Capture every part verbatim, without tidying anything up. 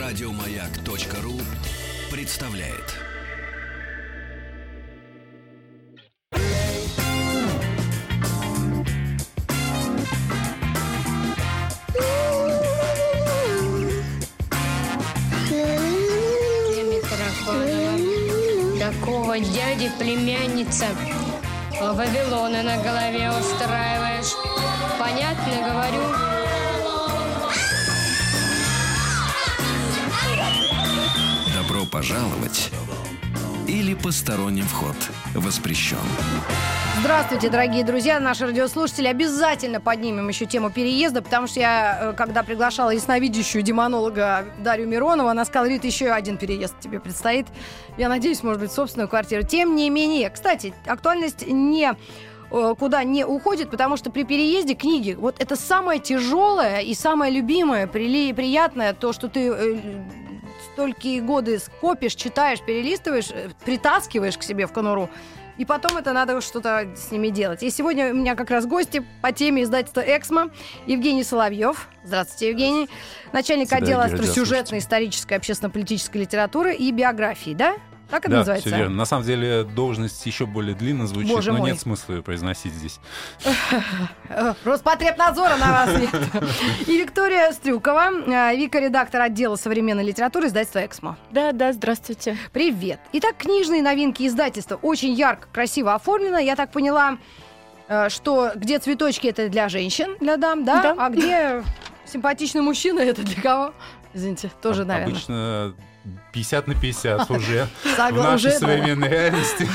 Радиомаяк.ру представляет. Такого дяди племянница Вавилона на голове устраиваешь. Понятно говорю? Добро пожаловать или посторонним вход воспрещен. Здравствуйте, дорогие друзья, наши радиослушатели. Обязательно поднимем еще тему переезда, потому что я, когда приглашала ясновидящую демонолога Дарью Миронову, она сказала: Рит, еще один переезд тебе предстоит. Я надеюсь, может быть, в собственную квартиру. Тем не менее, кстати, актуальность не... куда не уходит, потому что при переезде книги, вот это самое тяжелое и самое любимое, при, приятное, то, что ты э, столькие годы копишь, читаешь, перелистываешь, э, притаскиваешь к себе в конуру, и потом это надо что-то с ними делать. И сегодня у меня как раз гости по теме издательства «Эксмо» Евгений Соловьев. Здравствуйте, Евгений. Начальник отдела остросюжетной, исторической, общественно-политической литературы и биографии, да? Так это да, называется? Все верно. На самом деле должность еще более длинно звучит, Боже но мой. нет смысла ее произносить здесь. Роспотребнадзора на вас нет. И Виктория Стрюкова, Вика, редактор отдела современной литературы издательства «Эксмо». Да, да, здравствуйте. Привет. Итак, книжные новинки издательства очень ярко, красиво оформлено. Я так поняла, что где цветочки — это для женщин, для дам, да? Да. А где симпатичный мужчина — это для кого? Извините, тоже, наверное. Обычно пятьдесят на пятьдесят уже в Согла- нашей уже, да. современной реальности.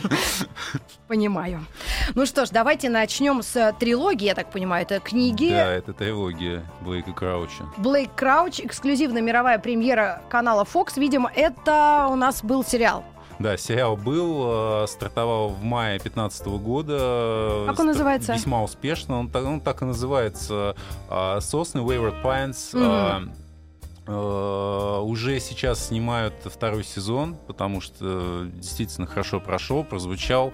Понимаю. Ну что ж, давайте начнем с трилогии, я так понимаю. Это книги Да, это трилогия Блейка Крауча. Блейк Крауч, эксклюзивная мировая премьера канала Fox. Видимо, это у нас был сериал. Да, сериал был, э, стартовал в мае две тысячи пятнадцатого года. Как он называется? Весьма успешно. Он, так- он так и называется э, «Сосны», «Wayward Pines». Мгм. Э, э, уже сейчас снимают второй сезон, потому что действительно хорошо прошел, прозвучал.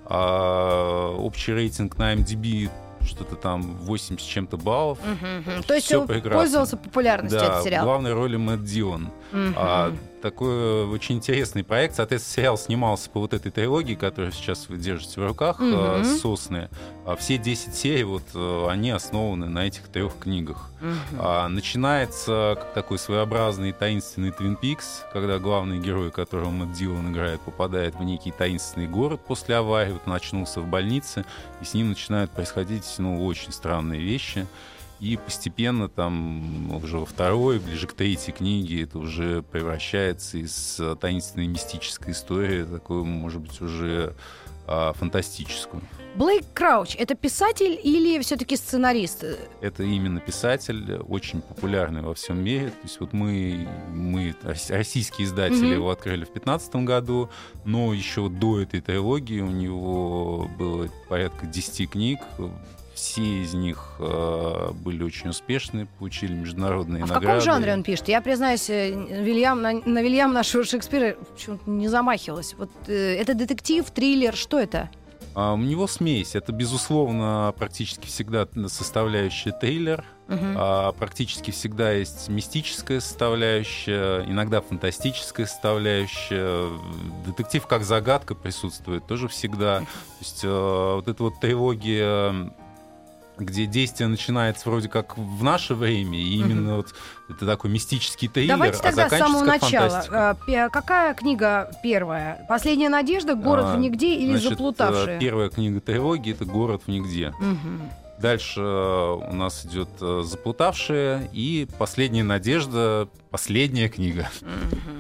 Э, общий рейтинг на эм ди би что-то там восемь с чем-то баллов. Мгм. То есть Всё он прекрасно. пользовался популярностью, Да, этот в сериал. главной роли Мэтт Дилан. Мгм. А, такой очень интересный проект. Соответственно, сериал снимался по вот этой трилогии, которую сейчас вы держите в руках, Мгм. а, «Сосны». А все десять серий, вот, а, они основаны на этих трех книгах. Мгм. А, начинается как такой своеобразный таинственный Твин Пикс, когда главный герой, которого Мэтт Дилан играет, попадает в некий таинственный город после аварии, вот он очнулся в больнице, и с ним начинают происходить, ну, очень странные вещи. И постепенно там уже во второй, ближе к третьей книге, это уже превращается из а, таинственной мистической истории, такую, может быть, уже а, фантастическую. Блейк Крауч — это писатель или все-таки сценарист? Это именно писатель, очень популярный во всем мире. То есть вот мы, мы рос- российские издатели, Мгм. его открыли в пятнадцатом году, но еще до этой трилогии у него было порядка десяти книг. Все из них э, были очень успешны, получили международные А в награды. каком жанре он пишет? Я, признаюсь, э, Вильям, на, на Вильям нашего Шекспира почему-то не замахивалась. Вот, э, это детектив, триллер, что это? А, у него смесь. Это, безусловно, практически всегда составляющая триллер. Мгм. А, практически всегда есть мистическая составляющая, иногда фантастическая составляющая. Детектив как загадка присутствует тоже всегда. То есть э, вот эта вот трилогия, где действие начинается вроде как в наше время, и именно Мгм. вот это такой мистический триллер, Давайте а тогда с самого заканчивается как начала. фантастика. А, пе- Какая книга первая? «Последняя надежда», «Город А, в нигде» или Значит, «Заплутавшие»? э, первая книга трилогии — это «Город в нигде». Мгм. Дальше э, у нас идет э, «Заплутавшие» и «Последняя надежда», последняя книга. Мгм.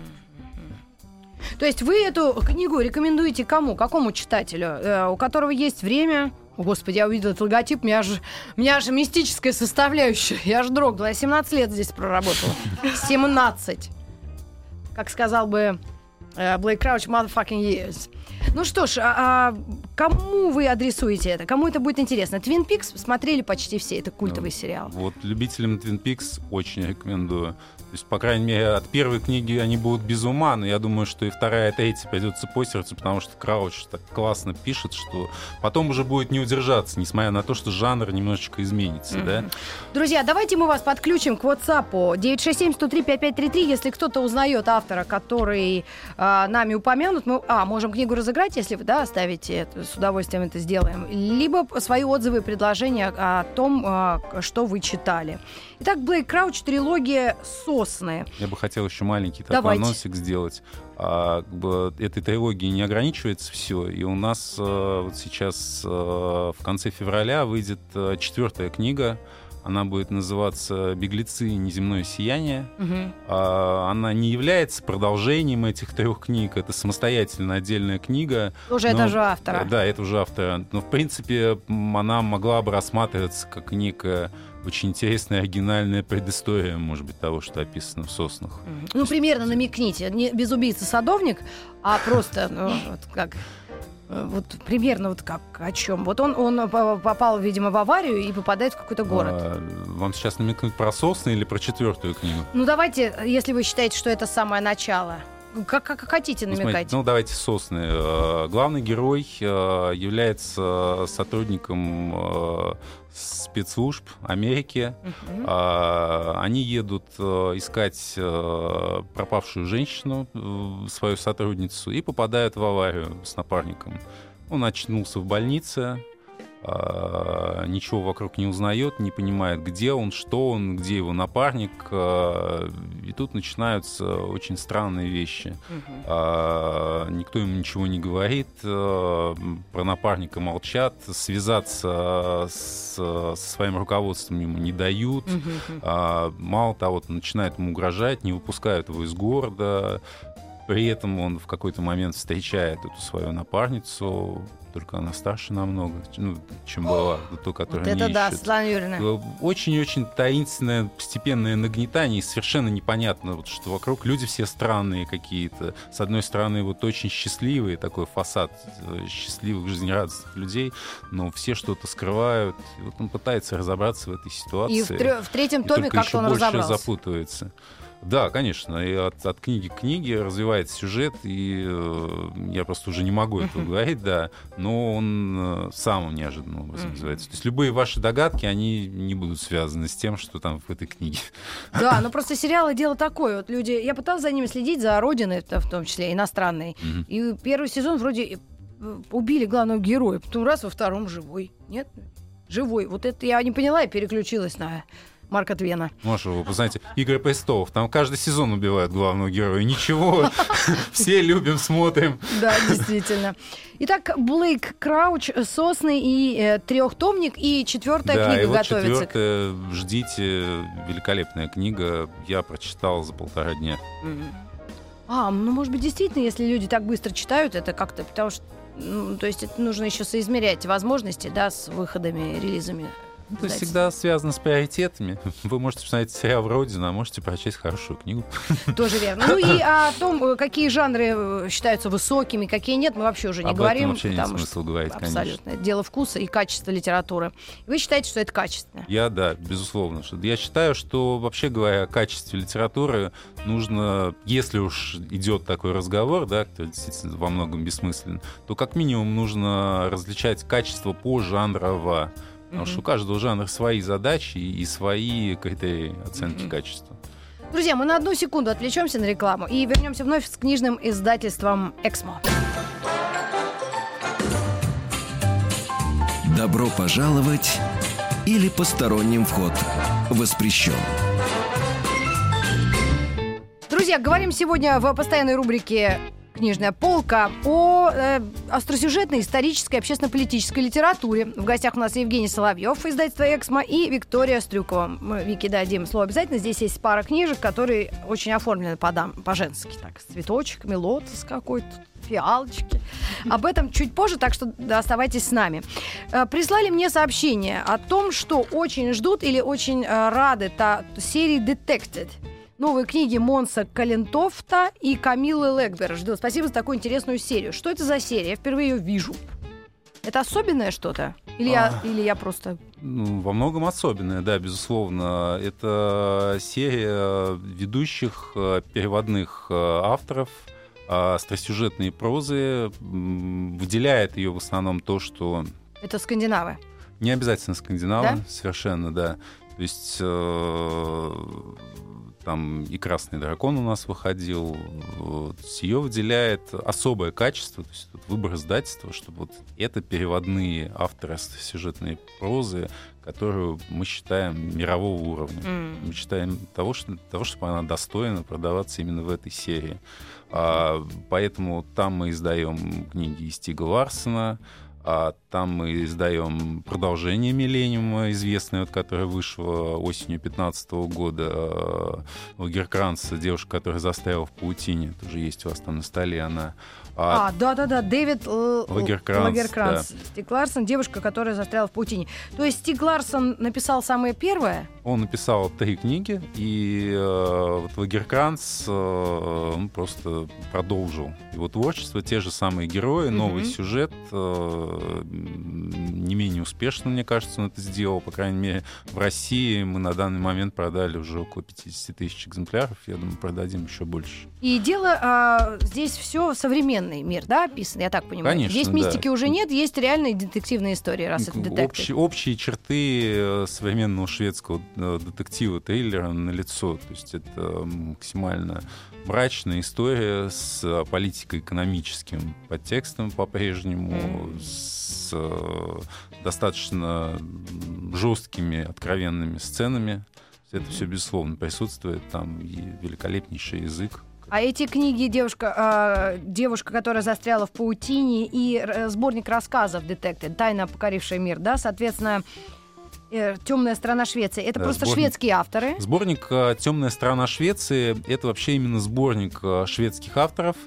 То есть вы эту книгу рекомендуете кому? Какому читателю? Э, у которого есть время? О, Господи, я увидела этот логотип, меня же, меня же мистическая составляющая. Я аж дрогнула. Я семнадцать лет здесь проработала. семнадцать. Как сказал бы э, Блейк Крауч, motherfucking years. Ну что ж, а, а кому вы адресуете это? Кому это будет интересно? Твин Пикс смотрели почти все, это культовый ну, сериал. Вот любителям Твин Пикс очень рекомендую. То есть, по крайней мере, от первой книги они будут без ума, но я думаю, что и вторая, и третья придется по сердцу, потому что Крауч так классно пишет, что потом уже будет не удержаться, несмотря на то, что жанр немножечко изменится. Mm-hmm. Да? Друзья, давайте мы вас подключим к WhatsApp девять шесть семь сто три пять пять три три. Если кто-то узнает автора, который а, нами упомянут, мы а, можем книгу разыграть, если вы да, оставите это, с удовольствием это сделаем. Либо свои отзывы и предложения о том, а, что вы читали. Итак, Блейк Крауч, трилогия «Сосны». Я бы хотел еще маленький такой Давайте. анонсик сделать. А, как бы, этой трилогии не ограничивается все, и у нас а, вот сейчас а, в конце февраля выйдет а, четвертая книга. Она будет называться «Беглецы. Неземное сияние». Угу. А, она не является продолжением этих трех книг. Это самостоятельно отдельная книга. Уже это же автора. Да, это уже автора. Но, в принципе, она могла бы рассматриваться как некая очень интересная, оригинальная предыстория, может быть, того, что описано в «Соснах». Mm-hmm. Ну, примерно намекните. Не без убийцы-садовник, а просто, ну, вот как... Вот примерно вот как, о чем. Вот он, он попал, видимо, в аварию и попадает в какой-то город. А, вам сейчас намекнуть про «Сосны» или про четвертую книгу? Ну, давайте, если вы считаете, что это самое начало. Как, как хотите, намекайте. Смотрите, ну, давайте «Сосны». Главный герой является сотрудником спецслужб Америки. Uh-huh. Они едут искать пропавшую женщину, свою сотрудницу, и попадают в аварию с напарником. Он очнулся в больнице, ничего вокруг не узнает, не понимает, где он, что он, где его напарник. И тут начинаются очень странные вещи. Uh-huh. Никто ему ничего не говорит, про напарника молчат, связаться с, со своим руководством ему не дают. Uh-huh. Мало того, начинают ему угрожать, не выпускают его из города. При этом он в какой-то момент встречает эту свою напарницу, только она старше намного, ну, чем была, ту, которую вот они это да, ищут. Светлана Юрьевна. Очень-очень таинственное, постепенное нагнетание, и совершенно непонятно, вот, что вокруг люди все странные какие-то. С одной стороны, вот очень счастливые, такой фасад счастливых, жизнерадостных людей, но все что-то скрывают. И вот он пытается разобраться в этой ситуации. И в, трё- в третьем томе как-то он разобрался. И только еще больше запутывается. Да, конечно, и от, от книги к книге развивается сюжет, и э, я просто уже не могу этого говорить, да, но он э, самым неожиданным образом развивается. То есть любые ваши догадки, они не будут связаны с тем, что там в этой книге. Да, но просто сериалы дело такое. Вот люди, я пыталась за ними следить, за Родиной, в том числе, иностранной. И первый сезон вроде убили главного героя, потом раз во втором живой. Нет? Живой. Вот это я не поняла и переключилась на... Марка Твена. Маша, вы знаете, «Игры престолов», там каждый сезон убивают главного героя. Ничего, все любим, смотрим. Да, действительно. Итак, Блейк Крауч, «Сосны» и э, трехтомник, и четвертая да, книга и вот готовится. Четвертая, ждите, великолепная книга. Я прочитал за полтора дня. Mm-hmm. А, ну, может быть, действительно, если люди так быстро читают, это как-то, потому что, ну, то есть это нужно еще соизмерять возможности, да, с выходами, релизами. Ну, то есть всегда связано с приоритетами. Вы можете посмотреть сериал «Родина», а можете прочесть хорошую книгу. Тоже верно. Ну и о том, какие жанры считаются высокими, какие нет, мы вообще уже не Об говорим. Об этом вообще нет смысла говорить, абсолютно. Конечно. Это дело вкуса и качества литературы. Вы считаете, что это качественно? Я, да, безусловно. Что я считаю, что, вообще говоря, о качестве литературы нужно, если уж идет такой разговор, да, который действительно во многом бессмыслен, то как минимум нужно различать качество пожанрово. Потому mm-hmm. что у каждого жанра свои задачи и свои критерии оценки mm-hmm. качества. Друзья, мы на одну секунду отвлечемся на рекламу и вернемся вновь с книжным издательством «Эксмо». Добро пожаловать или посторонним вход воспрещен. Друзья, говорим сегодня в постоянной рубрике «Книжная полка» о э, остросюжетной, исторической, общественно-политической литературе. В гостях у нас Евгений Соловьев, издательство «Эксмо», и Виктория Стрюкова. Мы Вике дадим слово обязательно. Здесь есть пара книжек, которые очень оформлены по- по-женски. Так, с цветочками, лотос какой-то, фиалочки. Об этом чуть позже, так что оставайтесь с нами. Э, прислали мне сообщение о том, что очень ждут или очень э, рады та- серии «Detected». новые книги Монса Калентофта и Камиллы Легбер. Жду. Спасибо за такую интересную серию. Что это за серия? Я впервые ее вижу. Это особенное что-то? Или, а, я, или я просто... Ну, во многом особенное, да, безусловно. Это серия ведущих переводных авторов остросюжетной прозы. Выделяет ее в основном то, что... Это скандинавы? Не обязательно скандинавы, да? Совершенно, да. То есть э, там и «Красный дракон» у нас выходил. Вот, ее выделяет особое качество, то есть вот, выбор издательства, чтобы вот это переводные авторы сюжетной прозы, которую мы считаем мирового уровня. Mm. Мы считаем того, что, того, чтобы она достойна продаваться именно в этой серии. А, поэтому там мы издаем книги Стига Ларсона, а там мы издаем продолжение «Миллениума», известное, вот, которое вышло осенью две тысячи пятнадцатого года. Лагеркранц, девушка, которая застряла в паутине, тоже есть у вас там на столе она. А, да-да-да, Дэвид Лагеркранц, Лагеркранц. Да. Стиг Ларсон, девушка, которая застряла в паутине. То есть Стиг Ларсон написал самое первое? Он написал три книги, и э, вот Лагеркранц э, он просто продолжил его творчество. Те же самые герои, новый mm-hmm. сюжет. Э, не менее успешно, мне кажется, он это сделал. По крайней мере, в России мы на данный момент продали уже около пятьдесят тысяч экземпляров. Я думаю, продадим еще больше. И дело а, здесь все современный мир, да, описан, я так понимаю? Конечно, здесь мистики да. уже нет, есть реальные детективные истории, раз это детектив. Общие, общие черты современного шведского детектива, триллера налицо. То есть это максимально мрачная история с политико-экономическим подтекстом по-прежнему, mm. с достаточно жесткими, откровенными сценами. Это все, безусловно, присутствует. Там и великолепнейший язык. А эти книги «Девушка, э, девушка, которая застряла в паутине» и э, сборник рассказов «Детектив», «Тайна, покорившая мир», да, соответственно, э, «Темная сторона Швеции». Это да, просто сборник, шведские авторы? Сборник «Темная сторона Швеции» — это вообще именно сборник шведских авторов.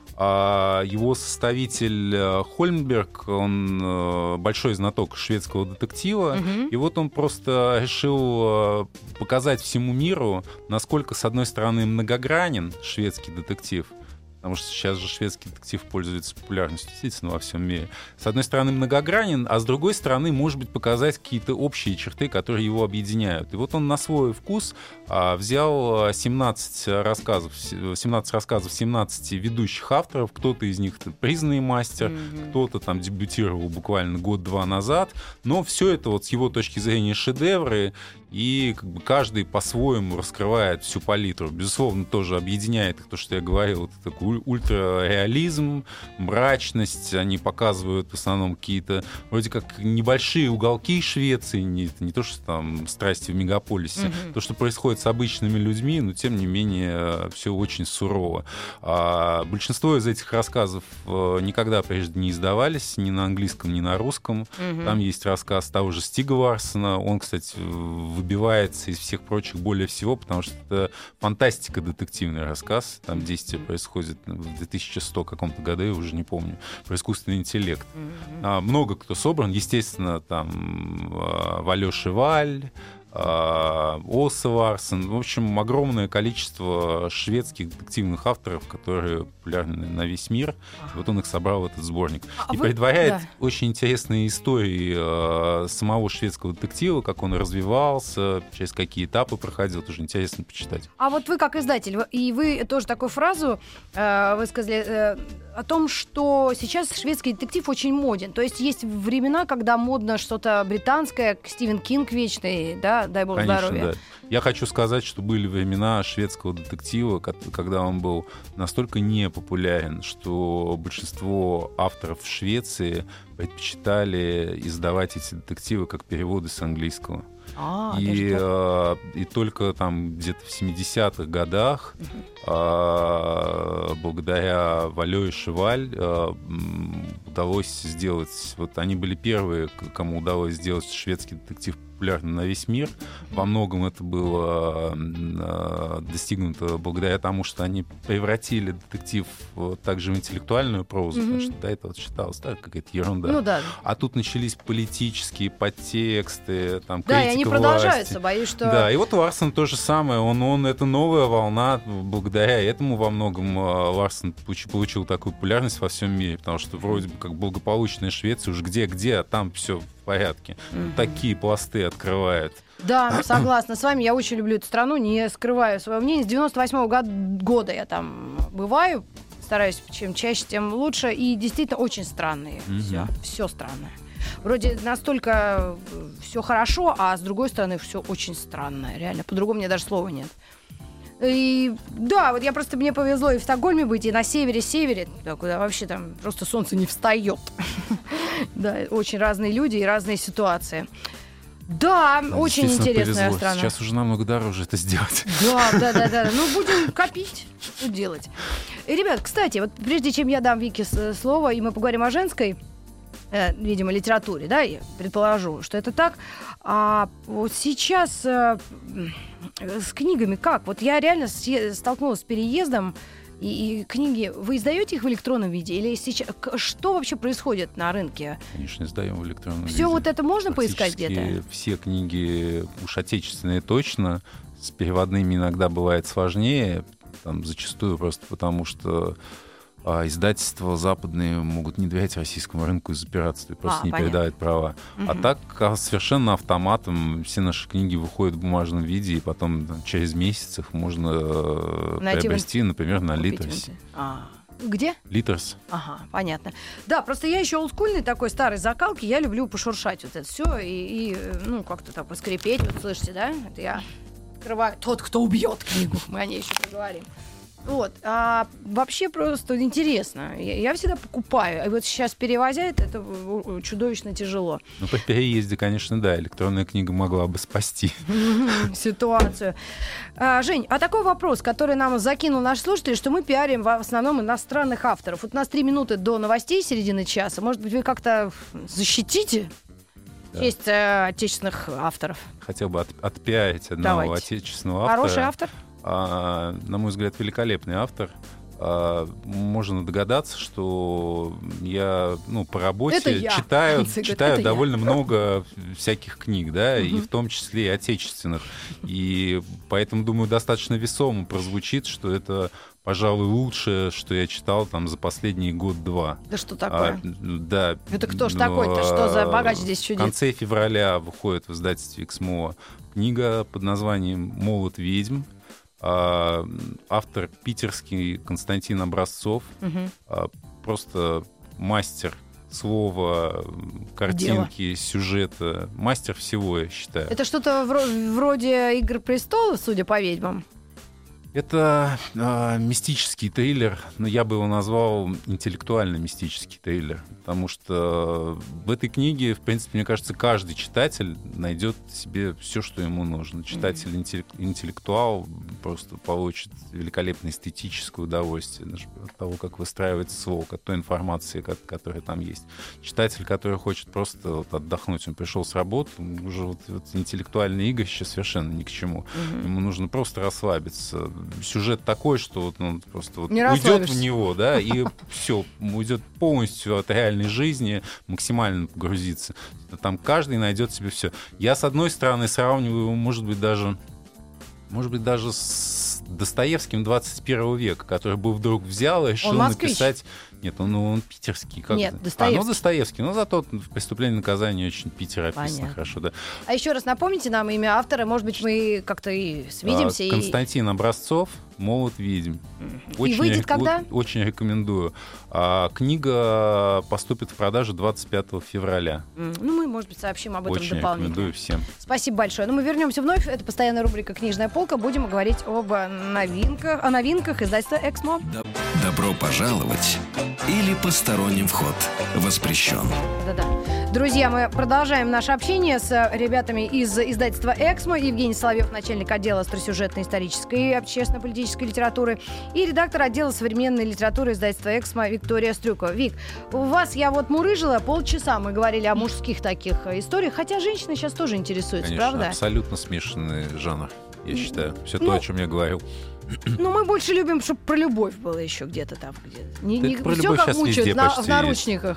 Его составитель Хольмберг, он большой знаток шведского детектива, uh-huh. и вот он просто решил показать всему миру, насколько, с одной стороны, многогранен шведский детектив, потому что сейчас же шведский детектив пользуется популярностью действительно во всем мире. С одной стороны, многогранен, а с другой стороны, может быть, показать какие-то общие черты, которые его объединяют. И вот он на свой вкус а, взял семнадцать рассказов, семнадцать рассказов семнадцати ведущих авторов. Кто-то из них признанный мастер, mm-hmm. кто-то там дебютировал буквально год-два назад. Но все это вот с его точки зрения шедевры. И как бы каждый по-своему раскрывает всю палитру. Безусловно, тоже объединяет их то, что я говорил, вот такой ультрареализм, мрачность. Они показывают в основном какие-то вроде как небольшие уголки Швеции, не, не то, что там страсти в мегаполисе, mm-hmm. то, что происходит с обычными людьми, но тем не менее все очень сурово. А большинство из этих рассказов никогда прежде не издавались ни на английском, ни на русском. Mm-hmm. Там есть рассказ того же Стига Ларсона. Он, кстати, выбивается из всех прочих более всего, потому что это фантастика, детективный рассказ. Там действие происходит в две тысячи сто каком-то году, я уже не помню, про искусственный интеллект. Mm-hmm. А, много кто собран. Естественно, там Валё Шеваль, Åsa Ларсон. В общем, огромное количество шведских детективных авторов, которые популярны на весь мир. И вот он их собрал в этот сборник. А и вы... предваряет да. очень интересные истории э, самого шведского детектива, как он развивался, через какие этапы проходил. Тоже интересно почитать. А вот вы как издатель, и вы тоже такую фразу э, высказали э, о том, что сейчас шведский детектив очень моден. То есть есть времена, когда модно что-то британское, Стивен Кинг вечный, да, дай бог Конечно, здоровья. Да. Я хочу сказать, что были времена шведского детектива, когда он был настолько непопулярен, что большинство авторов в Швеции предпочитали издавать эти детективы как переводы с английского. А, и, э, и только там где-то в семидесятых годах uh-huh. э, благодаря Валё и Шеваль э, удалось сделать... Вот они были первые, кому удалось сделать шведский детектив популярным на весь мир. Во многом это было э, достигнуто благодаря тому, что они превратили детектив также в интеллектуальную прозу, mm-hmm. потому что до этого считалось, да, какая-то ерунда. Ну, да. А тут начались политические подтексты, там, да, критика и они власти. продолжаются, боюсь, что... Да, и вот Ларсон то же самое. Он, он, это новая волна. Благодаря этому во многом Ларсон получил такую популярность во всем мире, потому что вроде бы как благополучная Швеция, уж где-где, а там все в порядке. Mm-hmm. Такие пласты открывает. Да, согласна с вами. Я очень люблю эту страну, не скрываю своего мнения. С девяносто восьмого года я там бываю. Стараюсь, чем чаще, тем лучше. И действительно очень странные. Mm-hmm. Все, все странное. Вроде настолько все хорошо, а с другой стороны все очень странное. Реально, по-другому мне даже слова нет. И да, вот я просто, мне повезло и в Стокгольме быть, и на севере-севере, куда вообще там просто солнце не встает. Да, очень разные люди и разные ситуации. Да, очень интересная страна. Сейчас уже намного дороже это сделать. Да, да, да, да. Ну, будем копить, что делать. И, ребят, кстати, вот прежде чем я дам Вике слово, и мы поговорим о женской, э, видимо, литературе, да, я предположу, что это так. А вот сейчас э, с книгами как? Вот я реально с, столкнулась с переездом, и, и книги, вы издаете их в электронном виде? Или сейчас что вообще происходит на рынке? Конечно, издаем в электронном виде. Все вот это можно поискать где-то? Все книги, уж отечественные точно, с переводными иногда бывает сложнее, там, зачастую просто потому, что а, издательства западные могут не доверять российскому рынку из-за пиратства и просто а, не понятно. Передают права. Угу. А так совершенно автоматом все наши книги выходят в бумажном виде, и потом там, через месяц их можно найти приобрести, в... например, на Литерсе. А. Где? Литерс. Ага, понятно. Да, просто я еще олдскульный такой старой закалки, я люблю пошуршать вот это все и, и ну, как-то так поскрипеть, вот слышите, да? Это я открываю «Тот, кто убьет» книгу, мы о ней еще поговорим. Вот, а вообще просто интересно. Я, я всегда покупаю. И вот сейчас перевозя это, это чудовищно тяжело. Ну, по переезде, конечно, да, электронная книга могла бы спасти ситуацию. А, Жень, а такой вопрос, который нам закинул наш слушатель, что мы пиарим в основном иностранных авторов. Вот у нас три минуты до новостей середины часа. Может быть, вы как-то защитите да. честь э, отечественных авторов? Хотел бы от, отпиарить одного Давайте. отечественного автора. Хороший автор? А, на мой взгляд, великолепный автор. А, можно догадаться, что я ну, по работе я. читаю, читаю довольно я. много всяких книг, да, угу. и в том числе и отечественных. И поэтому, думаю, достаточно весомо прозвучит, что это, пожалуй, лучшее, что я читал там за последние год-два. Да что такое? А, да. Это кто ж такой-то? Что за богач здесь чудит? В конце февраля выходит в издательстве «Эксмо» книга под названием «Молот ведьм». А, автор питерский Константин Образцов. Угу. Просто мастер слова, картинки, Дело. сюжета. Мастер всего, я считаю. Это что-то вро- вроде «Игр престолов», судя по ведьмам? Это э, мистический триллер, но я бы его назвал интеллектуально-мистический триллер, потому что в этой книге, в принципе, мне кажется, каждый читатель найдет себе все, что ему нужно. Читатель интеллектуал просто получит великолепное эстетическое удовольствие от того, как выстраивается слог, от той информации, которая там есть. Читатель, который хочет просто вот отдохнуть, он пришел с работы, уже вот, вот интеллектуальные игры сейчас совершенно ни к чему. Mm-hmm. Ему нужно просто расслабиться. Сюжет такой, что вот он просто вот уйдет в него, да, и все, уйдет полностью от реальной жизни, максимально погрузиться. Там каждый найдет себе все. Я, с одной стороны, сравниваю его, может быть, даже, может быть, даже с Достоевским двадцать первого века, который бы вдруг взял и решил написать... Нет, он, он питерский. Как Нет, это? Достоевский. А, ну, Достоевский. Но зато в «Преступлении и наказании» очень Питер описано. Понятно. Хорошо, да. А еще раз напомните нам имя автора. Может быть, мы как-то и свидимся. А, Константин и... Образцов «Молот ведьм». Очень и выйдет рек... когда? Очень рекомендую. А, книга поступит в продажу двадцать пятого февраля. Mm. Ну, мы, может быть, сообщим об этом очень дополнительно. Рекомендую всем. Спасибо большое. Ну, мы вернемся вновь. Это постоянная рубрика «Книжная полка». Будем говорить об новинках, о новинках издательства «Эксмо». Добро пожаловать или посторонним вход воспрещен. Да-да. Друзья, мы продолжаем наше общение с ребятами из издательства «Эксмо». Евгений Соловьев, начальник отдела остросюжетной исторической и общественно-политической литературы, и редактор отдела современной литературы издательства «Эксмо» Виктория Стрюкова. Вик, у вас я вот мурыжила полчаса, мы говорили о мужских таких историях, хотя женщины сейчас тоже интересуются, Конечно, правда? абсолютно смешанный жанр, я считаю. Все ну, то, о чем я говорил. Ну, мы больше любим, чтобы про любовь было еще где-то там. Где-то. Не, Да не про все любовь как сейчас мучают везде на, почти в наручниках.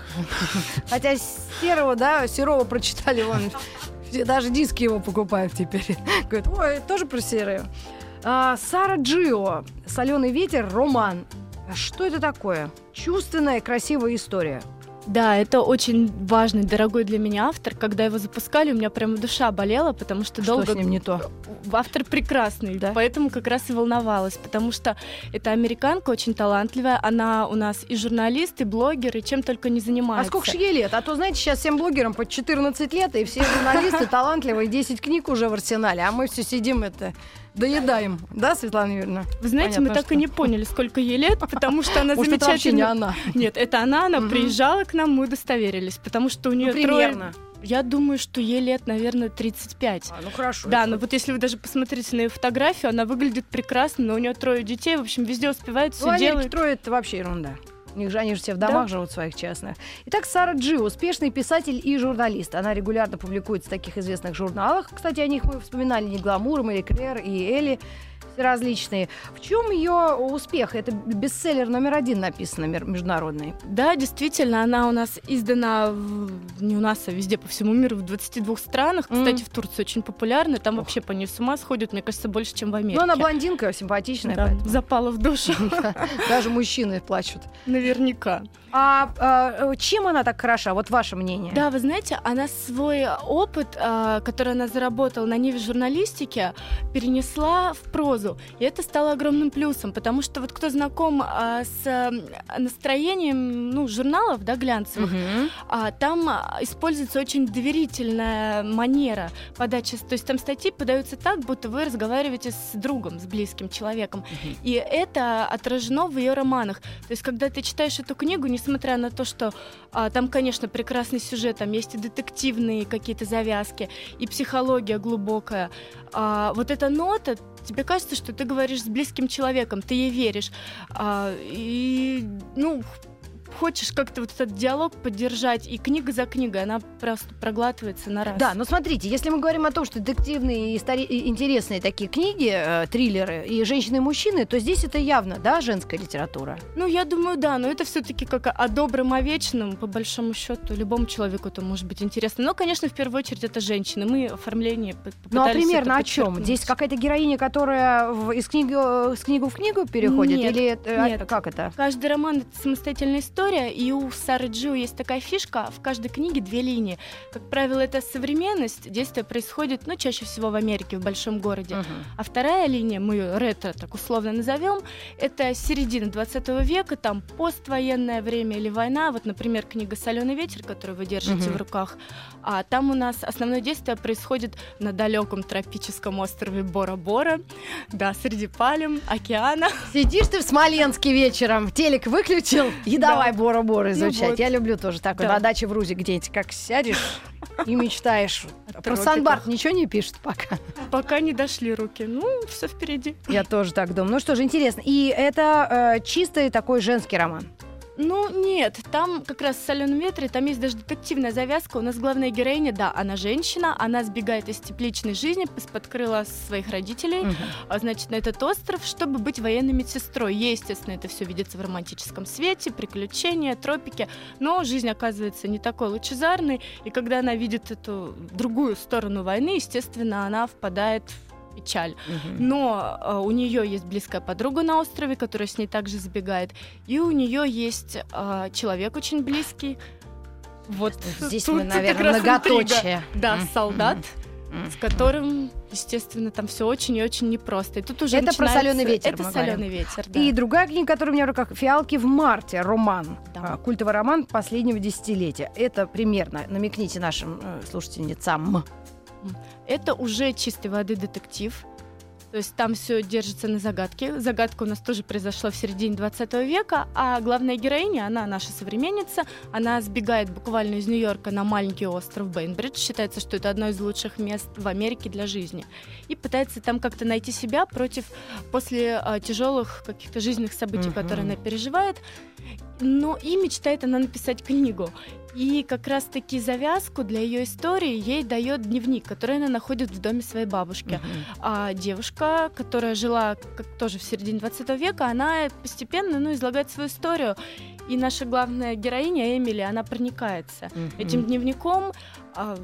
Хотя Серого, да, Серова прочитали, вон, даже диски его покупают теперь. Говорят, ой, тоже про Серого. А, Сара Джио, «Соленый ветер», роман. Что это такое? Чувственная, красивая история. Да, это очень важный, дорогой для меня автор. Когда его запускали, у меня прямо душа болела, потому что, что долго... с ним не то? Автор прекрасный, да? Поэтому как раз и волновалась, потому что это американка очень талантливая, она у нас и журналист, и блогер, и чем только не занимается. А сколько же ей лет? А то, знаете, сейчас всем блогерам по четырнадцать лет, и все журналисты талантливые, десять книг уже в арсенале, а мы все сидим это... доедаем, да, Светлана Юрьевна? Вы знаете, Понятно, мы так что... и не поняли, сколько ей лет, потому что она Может, замечательно... это вообще не она? Нет, это она, она приезжала к нам, мы удостоверились, потому что у нее ну, трое... примерно. Я думаю, что ей лет, наверное, тридцать пять. А, ну хорошо. Да, это... но вот если вы даже посмотрите на ее фотографию, она выглядит прекрасно, но у нее трое детей, в общем, везде успевает, все ну, делает. трое — это вообще ерунда. У них же они же все в домах да? живут своих частных. Итак, Сара Джио, успешный писатель и журналист. Она регулярно публикуется в таких известных журналах. Кстати, о них мы вспоминали не «Гламур», «Мэри Клэр» и «Элли». Все различные. В чем ее успех? Это бестселлер номер один написано, международный. Да, действительно, она у нас издана в... не у нас, а везде по всему миру, в двадцати двух странах. Mm. Кстати, в Турции очень популярна. Там Ох. вообще по ней с ума сходят, мне кажется, больше, чем в Америке. Ну, она блондинка, симпатичная. Да, запала в душу. Даже мужчины плачут. Наверняка. А, а чем она так хороша? Вот ваше мнение. Да, вы знаете, она свой опыт, а, который она заработала на ниве журналистики, перенесла в прозу. И это стало огромным плюсом, потому что вот кто знаком а, с а, настроением ну, журналов, да, глянцевых, uh-huh. а, там а, используется очень доверительная манера подачи. То есть там статьи подаются так, будто вы разговариваете с другом, с близким человеком. Uh-huh. И это отражено в ее романах. То есть когда ты читаешь эту книгу, несмотря на то, что а, там, конечно, прекрасный сюжет, там есть и детективные какие-то завязки, и психология глубокая, а, вот эта нота, тебе кажется, что ты говоришь с близким человеком, ты ей веришь. А, и, ну, хочешь как-то вот этот диалог поддержать, и книга за книгой, она просто проглатывается на раз. Да, но смотрите, если мы говорим о том, что детективные и истори- интересные такие книги, э, триллеры, и женщины и мужчины, то здесь это явно, да, женская литература? Ну, я думаю, да, но это все-таки как о добром, о вечном, по большому счету, любому человеку это может быть интересно. Но, конечно, в первую очередь это женщины. Мы оформление попытались. Ну, а примерно о чем? Здесь какая-то героиня, которая в, из книги с книгу в книгу переходит? Нет, или нет. А, как это? Каждый роман — это самостоятельная история. И у Сары Джио есть такая фишка, в каждой книге две линии. Как правило, это современность, действие происходит, ну, чаще всего в Америке, в большом городе. Uh-huh. А вторая линия, мы ее ретро так условно назовем, это середина двадцатого века, там поствоенное время или война. Вот, например, книга «Соленый ветер», которую вы держите uh-huh. в руках. А там у нас основное действие происходит на далеком тропическом острове Бора-Бора, да, среди пальм, океана. Сидишь ты в Смоленске вечером, телек выключил и давай Бора-Бора изучать. Ну вот. Я люблю тоже так. Да. На даче в Рузе где-нибудь как сядешь и мечтаешь. Про Сан-Барт ничего не пишет пока. Пока не дошли руки. Ну, все впереди. Я тоже так думаю. Ну что же, интересно. И это э, чистый такой женский роман? Ну, нет, там как раз в «Соленом ветре» там есть даже детективная завязка. У нас главная героиня, да, она женщина, она сбегает из тепличной жизни из-под крыла своих родителей, uh-huh. а, значит, на этот остров, чтобы быть военной медсестрой. Ей, естественно, это все видится в романтическом свете, приключения, тропики, но жизнь оказывается не такой лучезарной, и когда она видит эту другую сторону войны, естественно, она впадает в печаль. Uh-huh. Но э, у нее есть близкая подруга на острове, которая с ней также забегает. И у нее есть э, человек очень близкий. Вот здесь мы, наверное, многоточие. Да, uh-huh. солдат, uh-huh. с которым, естественно, там все очень и очень непросто. И тут уже это про «Соленый ветер». Это «Соленый ветер», да. И другая книга, которая у меня в руках, «Фиалки в марте», роман. Да. Культовый роман последнего десятилетия. Это примерно, намекните нашим э, слушательницам. Это уже чистой воды детектив. То есть там все держится на загадке. Загадка у нас тоже произошла в середине двадцатого века, а главная героиня, она наша современница, она сбегает буквально из Нью-Йорка на маленький остров Бейнбридж. Считается, что это одно из лучших мест в Америке для жизни. И пытается там как-то найти себя против, после а, тяжелых каких-то жизненных событий, uh-huh. которые она переживает. Но и мечтает она написать книгу. И как раз-таки завязку для ее истории ей дает дневник, который она находит в доме своей бабушки. Uh-huh. А девушка, которая жила как тоже в середине двадцатого века, она постепенно ну, излагает свою историю. И наша главная героиня Эмили, она проникается uh-huh. этим дневником, а,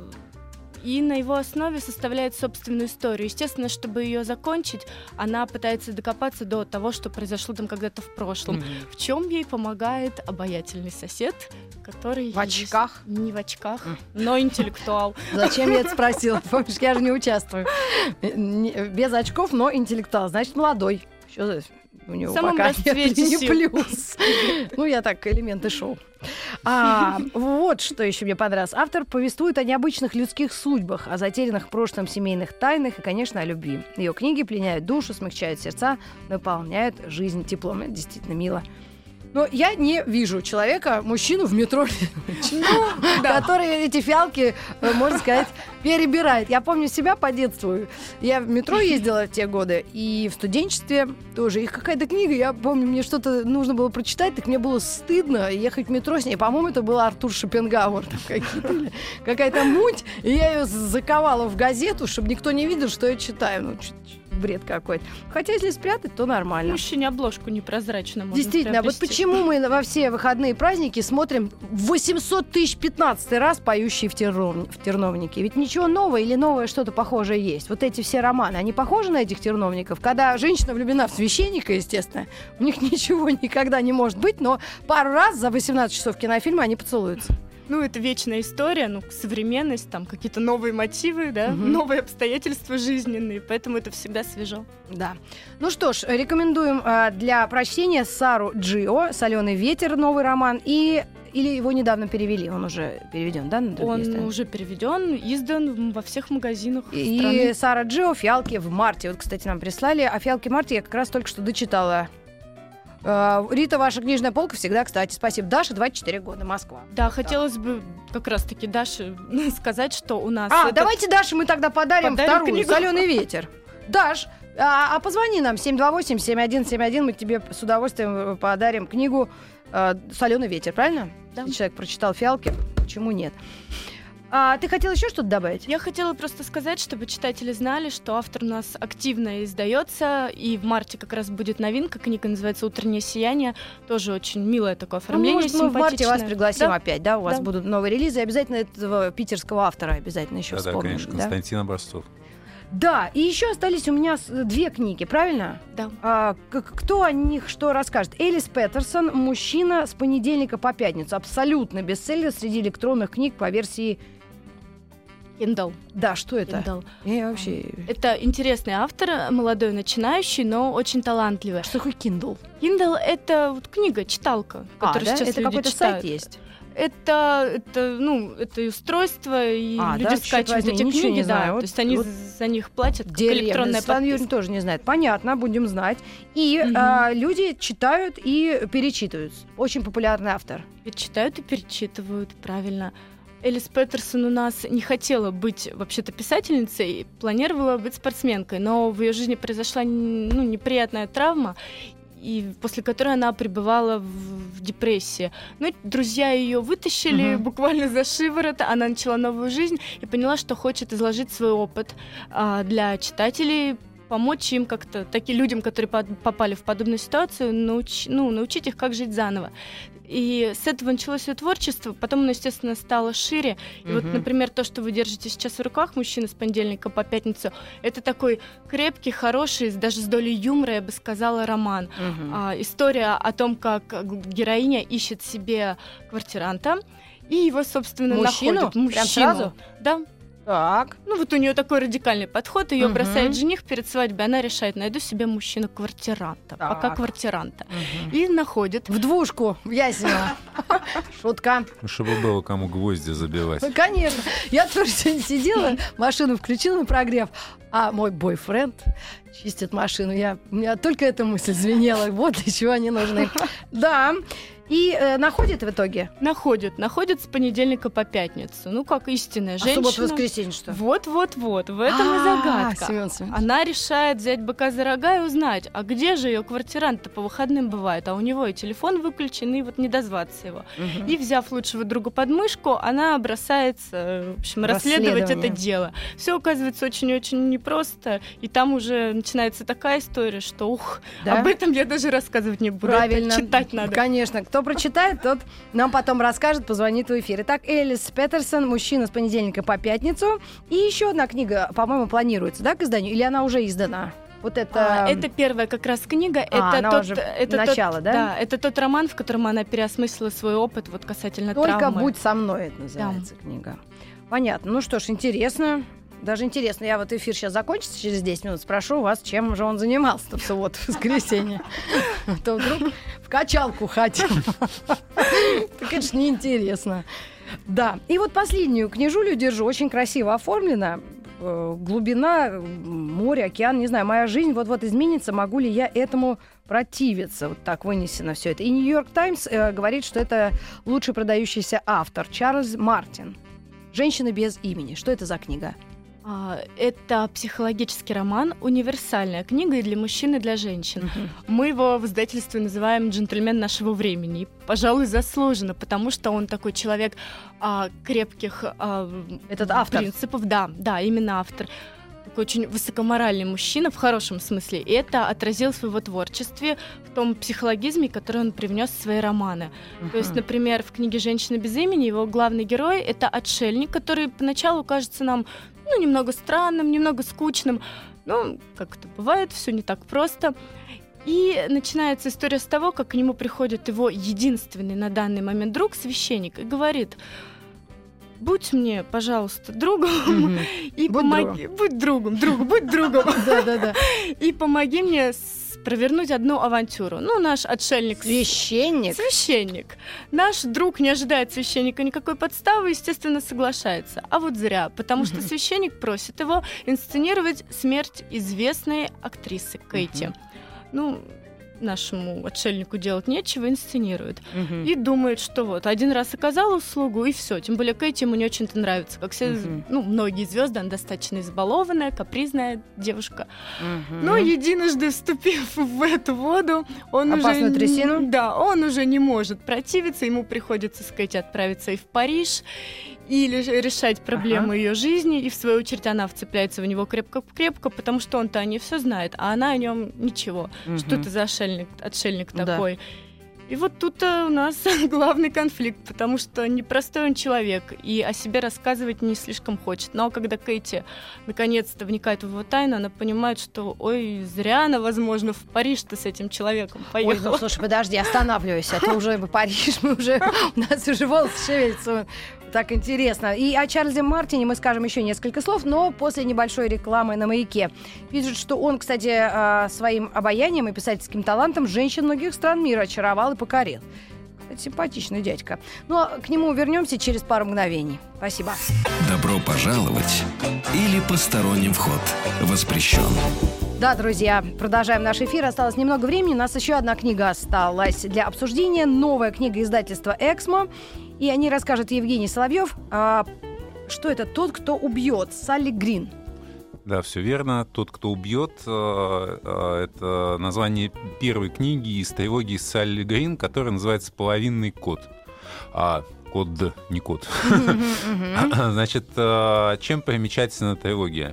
и на его основе составляет собственную историю. Естественно, чтобы ее закончить, она пытается докопаться до того, что произошло там когда-то в прошлом. Mm-hmm. В чем ей помогает обаятельный сосед, который... В очках? Не в очках, mm. но интеллектуал. Зачем я это спросила? Помнишь, я же не участвую. Без очков, но интеллектуал. Значит, молодой. Что у него пока не плюс. Ну, я так, элементы шоу. А, вот что еще мне понравилось. Автор повествует о необычных людских судьбах, о затерянных в прошлом семейных тайнах и, конечно, о любви. Ее книги пленяют душу, смягчают сердца, наполняют жизнь теплом. Это действительно мило. Но я не вижу человека, мужчину в метро, который эти фиалки, можно сказать, перебирает. Я помню себя по детству. Я в метро ездила в те годы, и в студенчестве тоже. Их какая-то книга, я помню, мне что-то нужно было прочитать, так мне было стыдно ехать в метро с ней. По-моему, это был Артур Шопенгауэр. Какая-то муть, и я ее заковала в газету, чтобы никто не видел, что я читаю. Ну, бред какой-то. Хотя, если спрятать, то нормально. Мужчине обложку непрозрачно можно Действительно, приобрести. Вот почему мы во все выходные праздники смотрим восемьсот тысяч пятнадцатый раз поющие в, тернов... в терновнике. Ведь ничего нового или новое что-то похожее есть. Вот эти все романы, они похожи на этих терновников? Когда женщина влюблена в священника, естественно, у них ничего никогда не может быть, но пару раз за восемнадцать часов кинофильма они поцелуются. Ну, это вечная история, ну, современность, там какие-то новые мотивы, да, угу. новые обстоятельства жизненные, поэтому это всегда свежо. Да. Ну что ж, рекомендуем э, для прочтения Сару Джио «Соленый ветер», новый роман, и или его недавно перевели, он уже переведен, да, на другие Он страны? уже переведен, издан во всех магазинах и страны. И Сара Джио «Фиалки в марте». Вот, кстати, нам прислали, а «Фиалки в марте» я как раз только что дочитала. Рита, ваша книжная полка всегда, кстати, спасибо. Даша, двадцать четыре года, Москва. Да, хотелось бы как раз-таки Даше сказать, что у нас... А, этот... давайте Даше мы тогда подарим, подарим вторую, книгу. «Соленый ветер». Даш, а, а позвони нам, семь два восемь семь один семь один, мы тебе с удовольствием подарим книгу э, «Соленый ветер», правильно? Да. Если человек прочитал «Фиалки», почему нет? А ты хотела еще что-то добавить? Я хотела просто сказать, чтобы читатели знали, что автор у нас активно издается, и в марте как раз будет новинка, книга называется «Утреннее сияние», тоже очень милое такое оформление, ну, может, мы в марте вас пригласим да? опять, да? У вас да. будут новые релизы, обязательно этого питерского автора обязательно еще да, вспомним. Да, конечно, да? Константин Образцов. Да, и еще остались у меня две книги, правильно? Да. А, кто о них что расскажет? Элис Петерсон «Мужчина с понедельника по пятницу». Абсолютно бестселлер среди электронных книг по версии Kindle. Да, что это? Kindle. Я вообще... Это интересный автор, молодой, начинающий, но очень талантливый. Что такое Kindle? Kindle — это вот книга, читалка, которую а, сейчас да? Это люди какой-то читают. сайт есть? Это, это, ну, это устройство, и а, люди да? скачивают эти Ничего книги, не да, знаю. то Вот, есть они вот за них платят, как деревня. электронная Светлана подписка. Юрьевна тоже не знает. Понятно, будем знать. И Угу. а, люди читают и перечитывают. Очень популярный автор. Читают и перечитывают, правильно. Элис Петерсон у нас не хотела быть вообще-то писательницей, планировала быть спортсменкой, но в ее жизни произошла ну, неприятная травма, и после которой она пребывала в, в депрессии. Ну, друзья ее вытащили Угу. буквально за шиворот, она начала новую жизнь и поняла, что хочет изложить свой опыт а, для читателей, помочь им как-то, таким людям, которые попали в подобную ситуацию, науч, ну, научить их, как жить заново. И с этого началось ее творчество, потом оно, естественно, стало шире. И uh-huh. вот, например, то, что вы держите сейчас в руках, «Мужчина с понедельника по пятницу», это такой крепкий, хороший, даже с долей юмора, я бы сказала, роман. Uh-huh. А, история о том, как героиня ищет себе квартиранта, и его, собственно, Мужчину? находит. Мужчину? Прям сразу? Да. Так. Ну, вот у нее такой радикальный подход. Ее Угу. бросает жених перед свадьбой. Она решает, найду себе мужчину-квартиранта. Так. Пока квартиранта. Угу. И находит. В двушку, ясно. Шутка. Ну, чтобы было кому гвозди забивать. Ну, конечно. Я тоже сегодня сидела, машину включила на прогрев. а мой бойфренд чистит машину. Я, у меня только эта мысль звенела. Вот для чего они нужны. Да. И э, находит в итоге? Находит. Находит с понедельника по пятницу. Ну, как истинная женщина. А суббота-воскресенье что? Вот-вот-вот. В этом и загадка. Семён Семёнович. Она решает взять быка за рога и узнать, а где же ее квартирант-то по выходным бывает, а у него и телефон выключен, и вот не дозваться его. Мгм. И, взяв лучшего друга под мышку, она бросается, в общем, расследовать это Расследование. дело. Все оказывается очень-очень непросто, и там уже начинается такая история, что, ух, Да? об этом я даже рассказывать не буду. Правильно. Это читать надо. Конечно. Кто прочитает, тот нам потом расскажет, позвонит в эфир. Итак, Элис Петерсон «Мужчина с понедельника по пятницу». И еще одна книга, по-моему, планируется, да, к изданию? Или она уже издана? Вот это... А, это первая как раз книга. А, это она тот, уже это начало, тот, да? Да, это тот роман, в котором она переосмыслила свой опыт вот касательно «Только травмы. будь со мной» это называется книга. Понятно. Ну что ж, интересно. Даже интересно. Я вот эфир сейчас закончится через десять минут. Спрошу вас, чем же он занимался в субботу, в воскресенье. То вдруг в качалку ходил. Так это ж неинтересно. Да. И вот последнюю книжулю держу. Очень красиво оформлена. Э, Глубина, э, море, океан, не знаю, моя жизнь вот-вот изменится, могу ли я этому противиться? Вот так вынесено все это. И Нью-Йорк Таймс э, говорит, что это лучший продающийся автор Чарльз Мартин. «Женщина без имени». Что это за книга? А, Это психологический роман, универсальная книга и для мужчин, и для женщин. Мы его в издательстве называем «Джентльмен нашего времени». И, пожалуй, заслуженно, потому что он такой человек а, крепких а, Этот автор? принципов. Да, да, именно автор. Такой очень высокоморальный мужчина в хорошем смысле. И это отразилось в его творчестве, в том психологизме, который он привнес в свои романы. То есть, например, в книге «Женщина без имени» его главный герой — это отшельник, который поначалу кажется нам ну, немного странным, немного скучным. Ну, как это бывает, все не так просто. И начинается история с того, как к нему приходит его единственный на данный момент друг, священник, и говорит: будь мне, пожалуйста, другом, Мгм. и Будь помоги, будь другом, другу, будь другом, Да-да-да. и помоги мне с- провернуть одну авантюру. Ну, наш отшельник... Священник? Священник. Наш друг не ожидает священника никакой подставы, естественно, соглашается. А вот зря, потому что священник просит его инсценировать смерть известной актрисы Кэти. Ну, нашему отшельнику делать нечего, инсценирует. Мгм. И думает, что вот один раз оказал услугу, и все. Тем более Кэти ему не очень-то нравится. Как все, Мгм. ну, многие звезды, она достаточно избалованная, капризная девушка. Мгм. Но единожды вступив в эту воду, он Опасную уже... трясину? Да, он уже не может противиться, ему приходится с Кэти отправиться и в Париж, или же решать проблемы Ага. ее жизни, и в свою очередь она вцепляется в него крепко-крепко, потому что он-то о ней все знает, а она о нем ничего. Мгм. Что это за отшельник, отшельник Да. такой? И вот тут у нас главный конфликт, потому что непростой он человек, и о себе рассказывать не слишком хочет. Но когда Кэти наконец-то вникает в его тайну, она понимает, что, ой, зря она, возможно, в Париж-то с этим человеком Ой, поехала. ну слушай, подожди, останавливайся, а то уже Париж, мы уже, у нас уже волосы шевелятся. Так интересно. И о Чарльзе Мартине мы скажем еще несколько слов, но после небольшой рекламы на «Маяке». Пишут, что он, кстати, а, своим обаянием и писательским талантом женщин многих стран мира очаровал и покорил. Кстати, симпатичный дядька. Ну, а к нему вернемся через пару мгновений. Спасибо. Добро пожаловать или посторонним вход воспрещен. Да, друзья, продолжаем наш эфир. Осталось немного времени. У нас еще одна книга осталась для обсуждения. Новая книга издательства «Эксмо». И о ней расскажет Евгений Соловьев. А, что это? «Тот, кто убьет». Салли Грин. Да, все верно. «Тот, кто убьет» — это название первой книги из трилогии Салли Грин, которая называется «Половинный код». А, код, не код. Значит, чем примечательна трилогия?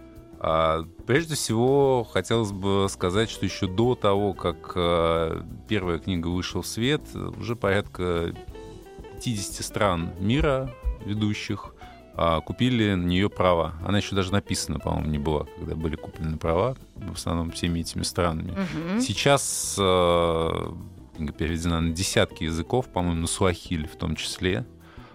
Прежде всего, хотелось бы сказать, что еще до того, как первая книга вышла в свет, уже порядка пятьдесят стран мира ведущих а, купили на нее права. Она еще даже написана, по-моему, не была, когда были куплены права, в основном всеми этими странами. Мгм. Сейчас а, книга переведена на десятки языков, по-моему, на суахили в том числе.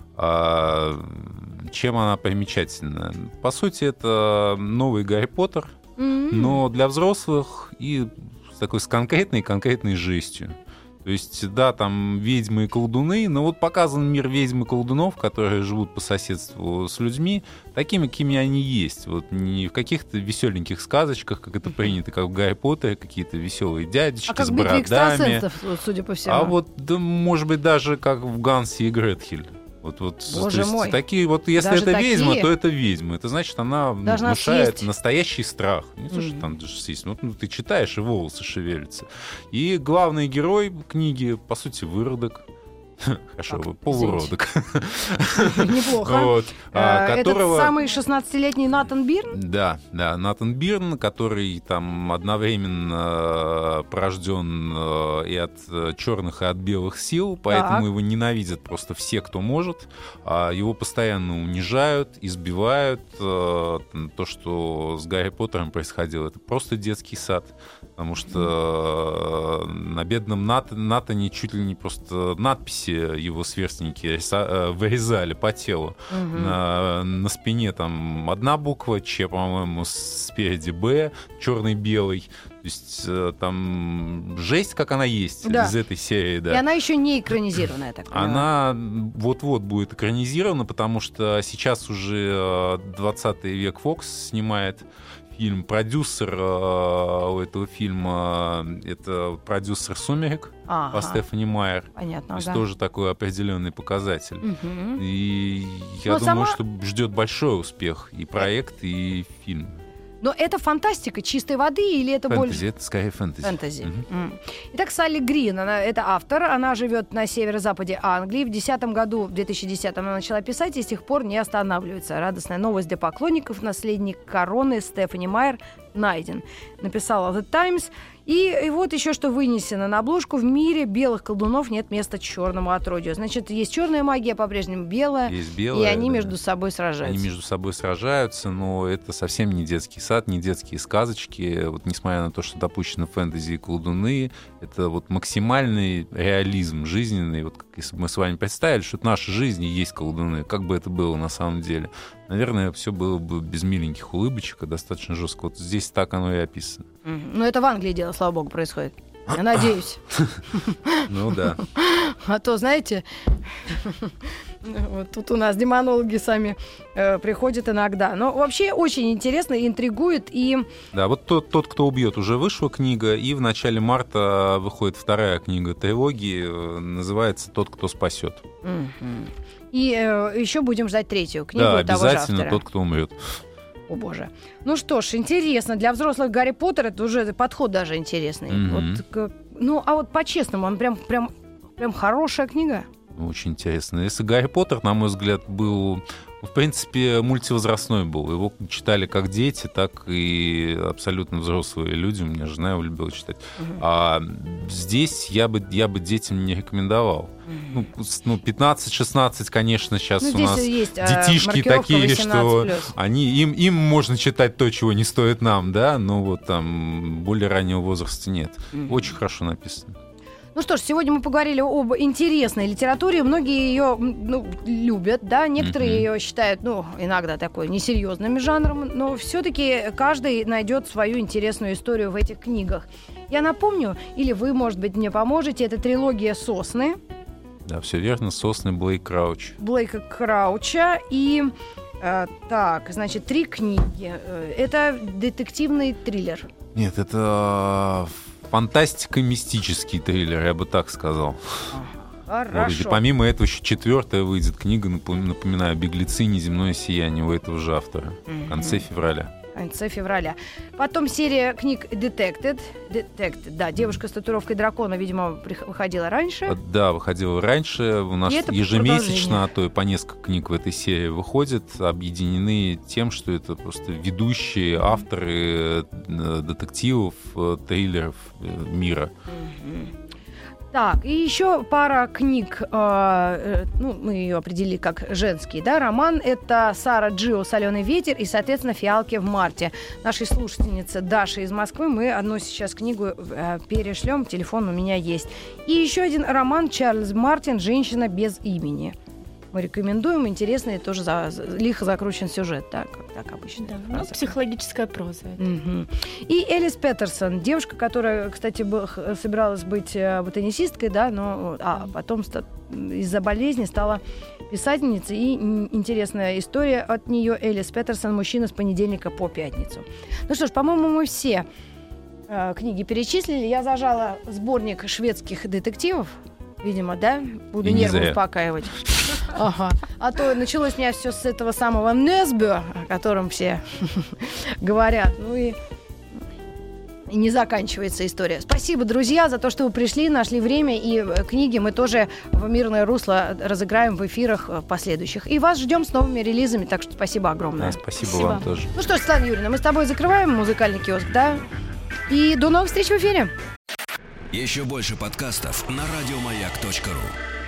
А, чем она примечательна? По сути, это новый Гарри Поттер, М. но для взрослых и с такой с конкретной конкретной жестью. То То есть, да, там ведьмы и колдуны, но вот показан мир ведьм и колдунов, которые живут по соседству с людьми, такими, какими они есть. Вот не в каких-то веселеньких сказочках, как это принято, как в Гарри Поттере, какие-то веселые дядечки а как с в битве бородами. экстрасенсов, судя по всему. А вот, да, может быть, даже как в Гансе и Гретхель. Вот, вот, Боже то есть, мой. такие, вот, если Даже это такие? ведьма, то это ведьма. Это значит, она ну, Должна внушает съесть. настоящий страх. Не то, что Мгм. там даже съесть. Ну, ну, ты читаешь, и волосы шевелятся. И главный герой книги, по сути, выродок. Хорошо, Так, полуродок. Неплохо. Вот, а, Э, которого- Этот самый шестнадцатилетний Натан Бирн? Да, да, Натан Бирн, который там одновременно порожден э, и от черных, и от белых сил, поэтому Так. его ненавидят просто все, кто может. А Его постоянно унижают, избивают. Э, То, что с Гарри Поттером происходило, это просто детский сад. Потому что э, на бедном Нат- Натане чуть ли не просто надписи его сверстники риса- э, вырезали по телу. Мгм. На, на спине там одна буква, Ч, по-моему, спереди Б, черный-белый. То есть э, там жесть, как она есть Да. из этой серии, И да. она еще не экранизированная, я так понимаю. Она вот-вот будет экранизирована, потому что сейчас уже э, двадцатый век Фокс снимает фильм. Продюсер э, у этого фильма э, это продюсер «Сумерек» Ага, по Стефани Майер. понятно, То есть ага. тоже такой определенный показатель. Мгм. И я Но думаю, сама- что ждет большой успех и проект, и фильм. Но это фантастика чистой воды или это Фэнтези, больше... это скорее фэнтези. Фэнтези. Мгм. М. Итак, Салли Грин, она, это автор, она живет на северо-западе Англии. В десятом году, в две тысячи десятом она начала писать и с тех пор не останавливается. Радостная новость для поклонников. Наследник короны Стефани Майер найден. Написала The Times. И, и вот еще что вынесено на обложку. В мире белых колдунов нет места черному отродью. Значит, есть черная магия, по-прежнему белая. Есть И белое, они да. между собой сражаются. Они между собой сражаются, но это совсем не детский сад, не детские сказочки. Вот несмотря на то, что допущены фэнтези и колдуны, это вот максимальный реализм жизненный. Вот как если бы мы с вами представили, что в нашей жизни есть колдуны, как бы это было на самом деле. Наверное, все было бы без миленьких улыбочек, а достаточно жестко. Вот здесь так оно и описано. Мгм. Но это в Англии дело, слава богу, происходит. Я надеюсь. Ну да. А то, знаете, вот тут у нас демонологи сами э, приходят иногда. Но вообще очень интересно, интригует. И Да, вот тот, тот, кто убьет, уже вышла книга, и в начале марта выходит вторая книга трилогии, э, называется «Тот, кто спасет». Мгм. И э, еще будем ждать третью книгу Да, того же обязательно автора. «Тот, кто умрет». О боже. Ну что ж, интересно. Для взрослых Гарри Поттер это уже подход даже интересный. Мгм. Вот, как- ну, а вот по-честному, он прям, прям, прям хорошая книга. Очень интересно. Если Гарри Поттер, на мой взгляд, был, в принципе, мультивозрастной был. Его читали как дети, так и абсолютно взрослые люди. У меня жена его любила читать. Мгм. А здесь я бы, я бы детям не рекомендовал. Ну, с- ну, пятнадцать-шестнадцать, конечно, сейчас Ну, у здесь нас есть а, детишки маркировка такие, восемнадцать что плюс. они, им, им можно читать то, чего не стоит нам, да, но вот там более раннего возраста нет. Мгм. Очень хорошо написано. Ну что ж, сегодня мы поговорили об интересной литературе. Многие ее ну, любят, да, некоторые Мгм. ее считают, ну, иногда такой несерьезным жанром, но все-таки каждый найдет свою интересную историю в этих книгах. Я напомню, или вы, может быть, мне поможете, это трилогия «Сосны» Да, все верно. «Сосны» Блейк Крауч. Блейка Крауча и... э, так, значит, три книги. Э, Это детективный триллер. Нет, это фантастико-мистический триллер, я бы так сказал. Вот, и Хорошо. помимо этого еще четвертая выйдет книга, напом- напоминаю, «Беглецы. Неземное сияние» у этого же автора в конце февраля. В конце февраля. Потом серия книг Detected. Detected, да, девушка с татуировкой дракона, видимо, прих- выходила раньше. А, Да, выходила раньше. У нас И это ежемесячно, продолжение. а то и по несколько книг в этой серии выходит, объединены тем, что это просто ведущие авторы э, детективов, э, триллеров э, мира. Так, и еще пара книг, э, э, ну, мы ее определили как женский, да, роман. Это Сара Джио «Соленый ветер» и, соответственно, «Фиалки в марте». Нашей слушательнице Даше из Москвы мы одну сейчас книгу э, перешлем, телефон у меня есть. И еще один роман Чарльз Мартин «Женщина без имени». мы рекомендуем. Интересный, тоже за, лихо закручен сюжет, да, как так обычно. Да, ну, психологическая проза. Угу. И Элис Петерсон, девушка, которая, кстати, был, собиралась быть ботанисисткой, да, но а потом из-за болезни стала писательницей. И интересная история от нее. Элис Петерсон, мужчина с понедельника по пятницу. Ну что ж, по-моему, мы все э, книги перечислили. Я зажала сборник шведских детективов. Видимо, да? Буду нервы успокаивать. Ага. А то началось у меня все с этого самого Несбё, о котором все говорят. Ну и... И не заканчивается история. Спасибо, друзья, за то, что вы пришли, нашли время. И книги мы тоже в мирное русло разыграем в эфирах последующих. И вас ждем с новыми релизами. Так что спасибо огромное. Да, спасибо, спасибо вам тоже. Ну что ж, Светлана Юрьевна, мы с тобой закрываем музыкальный киоск, да? И до новых встреч в эфире. Еще больше подкастов на радиомаяк точка ру.